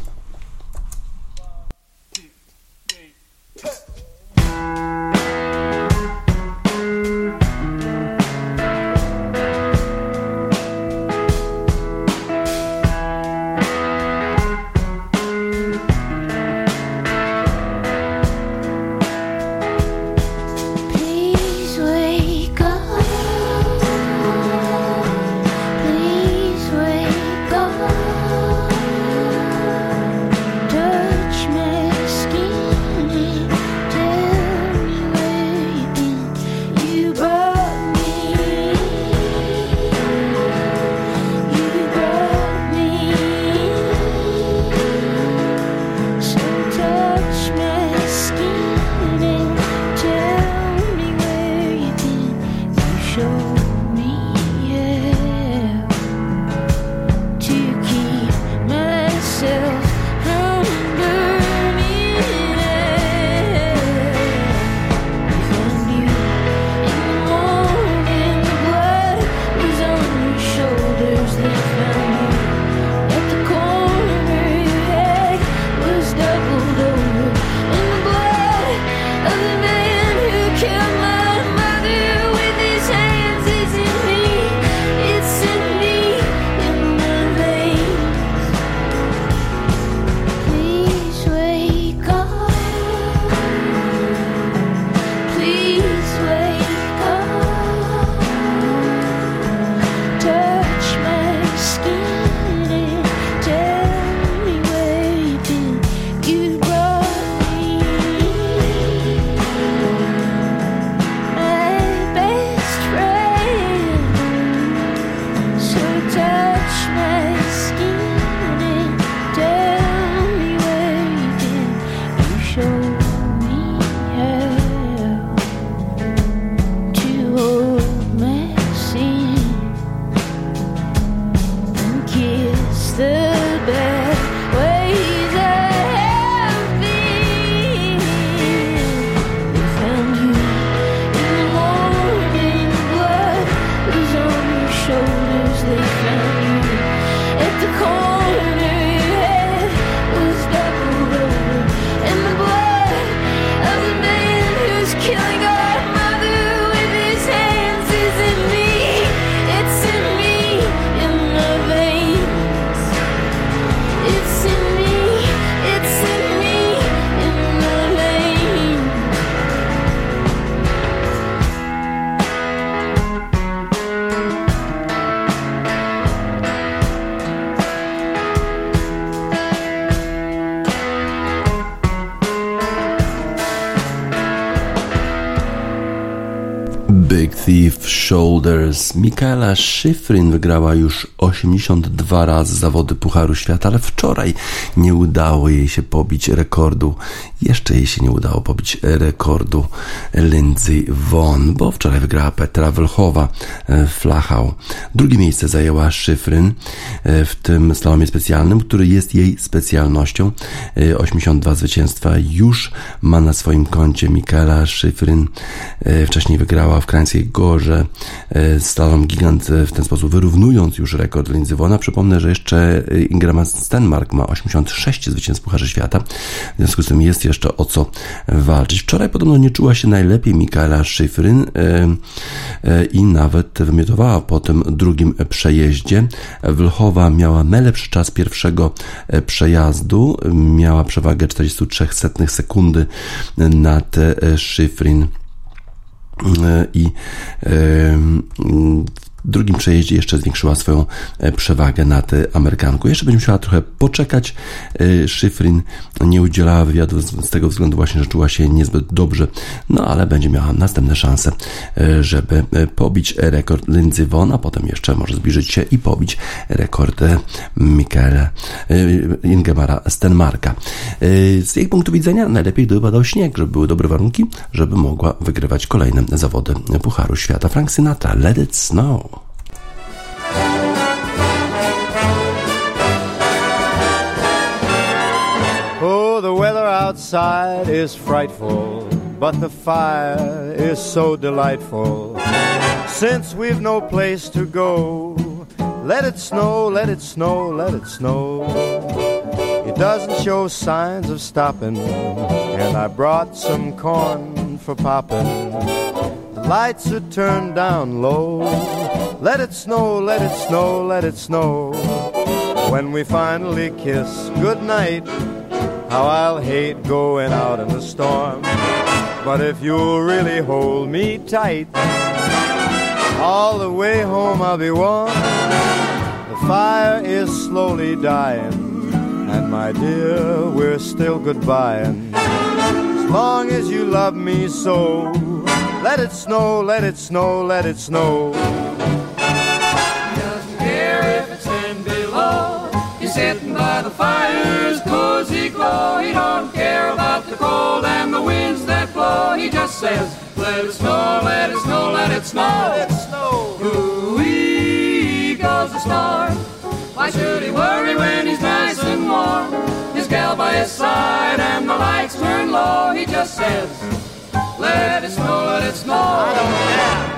Big Thief Shoulders. Mikaela Shiffrin wygrała już 82 razy zawody Pucharu Świata, ale wczoraj nie udało jej się pobić rekordu. Jeszcze jej się nie udało pobić rekordu Lindsey Vonn, bo wczoraj wygrała Petra Vlhova Flachau. Drugie miejsce zajęła Shiffrin w tym slalomie specjalnym, który jest jej specjalnością. 82 zwycięstwa już ma na swoim koncie Mikaela Shiffrin. Wcześniej wygrała w Krańskiej Gorze slalom gigant, w ten sposób wyrównując już rekord Lindsey Vonna. Przypomnę, że jeszcze Ingrama Stenmark ma 86 zwycięstw w Pucharze Świata. W związku z tym jest jeszcze o co walczyć. Wczoraj podobno nie czuła się najlepiej Mikaela Shiffrin i nawet wymiotowała po tym drugim przejeździe. Vlhova miała najlepszy czas pierwszego przejazdu. Miała przewagę 0,43 sekundy nad Shiffrin i w drugim przejeździe jeszcze zwiększyła swoją przewagę nad Amerykanką. Jeszcze będzie musiała trochę poczekać. Shiffrin nie udzielała wywiadu z tego względu właśnie, że czuła się niezbyt dobrze, no ale będzie miała następne szanse, żeby pobić rekord Lindsey Vonn, a potem jeszcze może zbliżyć się i pobić rekord Ingemara Stenmarka. Z jej punktu widzenia najlepiej gdyby padał śnieg, żeby były dobre warunki, żeby mogła wygrywać kolejne zawody Pucharu Świata. Frank Sinatra, Let It Snow. Oh, the weather outside is frightful, but the fire is so delightful. Since we've no place to go, let it snow, let it snow, let it snow. It doesn't show signs of stopping, and I brought some corn for popping. The lights are turned down low. Let it snow, let it snow, let it snow. When we finally kiss goodnight, how I'll hate going out in the storm. But if you'll really hold me tight, all the way home I'll be warm. The fire is slowly dying, and my dear, we're still goodbying. As long as you love me so, let it snow, let it snow, let it snow. He doesn't care if it's 10 below. He's sitting by the fire's cozy glow. He don't care about the cold and the winds that blow. He just says, let it snow, let it snow, let it snow. Let it snow. Ooh-wee goes the star. Why should he worry when he's nice and warm? His gal by his side and the lights turn low. He just says, let it snow, let it snow. I don't care.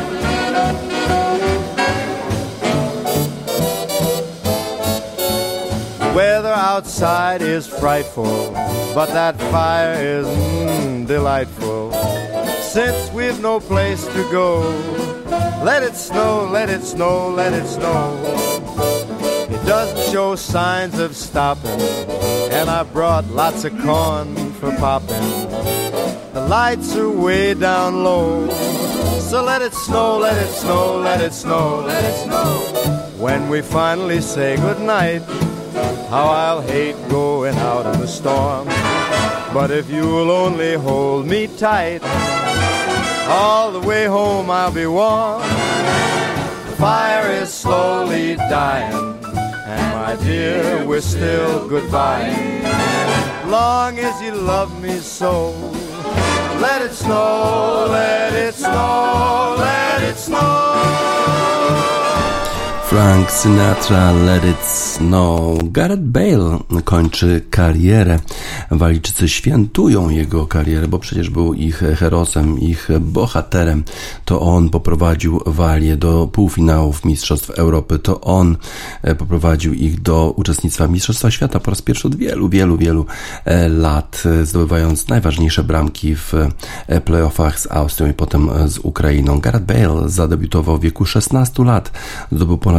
The weather outside is frightful, but that fire is delightful. Since we've no place to go, let it snow, let it snow, let it snow. It doesn't show signs of stopping, and I brought lots of corn for popping. The lights are way down low, so let it snow, let it snow, let it snow, let it snow. When we finally say goodnight, how I'll hate going out in the storm. But if you'll only hold me tight, all the way home I'll be warm. The fire is slowly dying, and my dear, we're still goodbying. Long as you love me so, let it snow, let it snow, let it snow. Frank Sinatra, Let It Snow. Gareth Bale kończy karierę. Walijczycy świętują jego karierę, bo przecież był ich herosem, ich bohaterem. To on poprowadził Walię do półfinałów Mistrzostw Europy. To on poprowadził ich do uczestnictwa w Mistrzostwach Świata po raz pierwszy od wielu lat, zdobywając najważniejsze bramki w playoffach z Austrią i potem z Ukrainą. Gareth Bale zadebiutował w wieku 16 lat. Zdobył ponad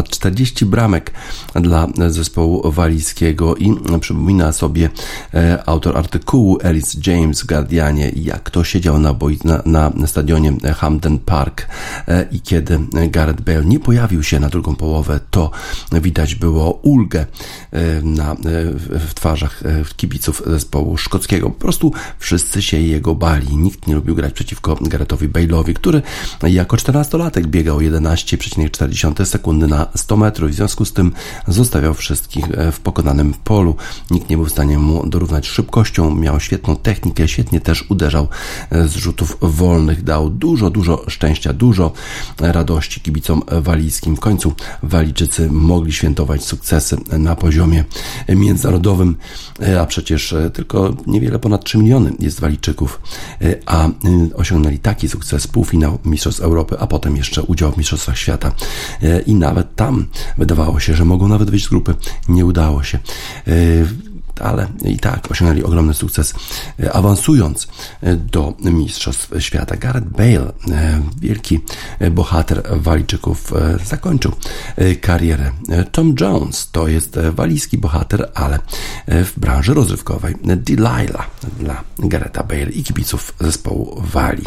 ponad 40 bramek dla zespołu walijskiego i przypomina sobie autor artykułu Ellis James w Guardianie, jak to siedział na stadionie Hampden Park i kiedy Gareth Bale nie pojawił się na drugą połowę, to widać było ulgę w twarzach kibiców zespołu szkockiego. Po prostu wszyscy się jego bali. Nikt nie lubił grać przeciwko Garethowi Bale'owi, który jako 14-latek biegał 11,4 sekundy na 100 metrów. W związku z tym zostawiał wszystkich w pokonanym polu. Nikt nie był w stanie mu dorównać szybkością. Miał świetną technikę, świetnie też uderzał z rzutów wolnych. Dał dużo szczęścia, dużo radości kibicom walijskim. W końcu Walijczycy mogli świętować sukcesy na poziomie międzynarodowym, a przecież tylko niewiele ponad 3 miliony jest Walijczyków, a osiągnęli taki sukces, półfinał Mistrzostw Europy, a potem jeszcze udział w Mistrzostwach Świata i nawet tam wydawało się, że mogą nawet wyjść z grupy. Nie udało się. Ale i tak osiągnęli ogromny sukces, awansując do Mistrzostw Świata. Gareth Bale, wielki bohater Walijczyków, zakończył karierę. Tom Jones to jest walijski bohater, ale w branży rozrywkowej. Delilah dla Garetha Bale i kibiców zespołu Walii.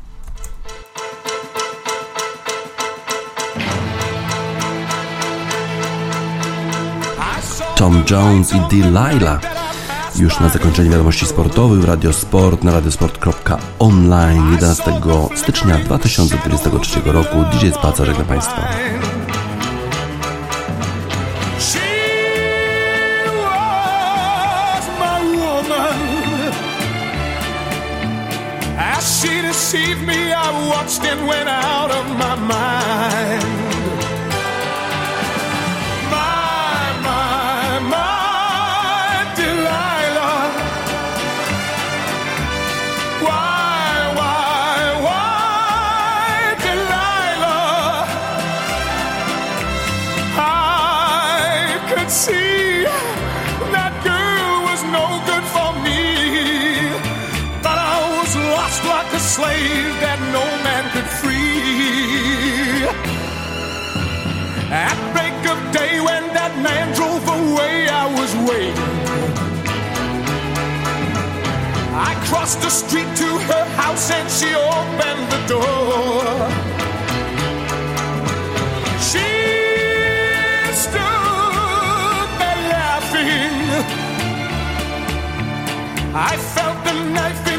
Tom Jones i Delilah. Już na zakończenie wiadomości sportowych w Radiosport na radiosport.online 11 stycznia 2023 roku. DJ Spaca żegna Państwa. She deceived me, I watched and went out of my mind. See, that girl was no good for me, but I was lost like a slave that no man could free. At break of day when that man drove away, I was waiting. I crossed the street to her house and she opened the door. She I felt the knife in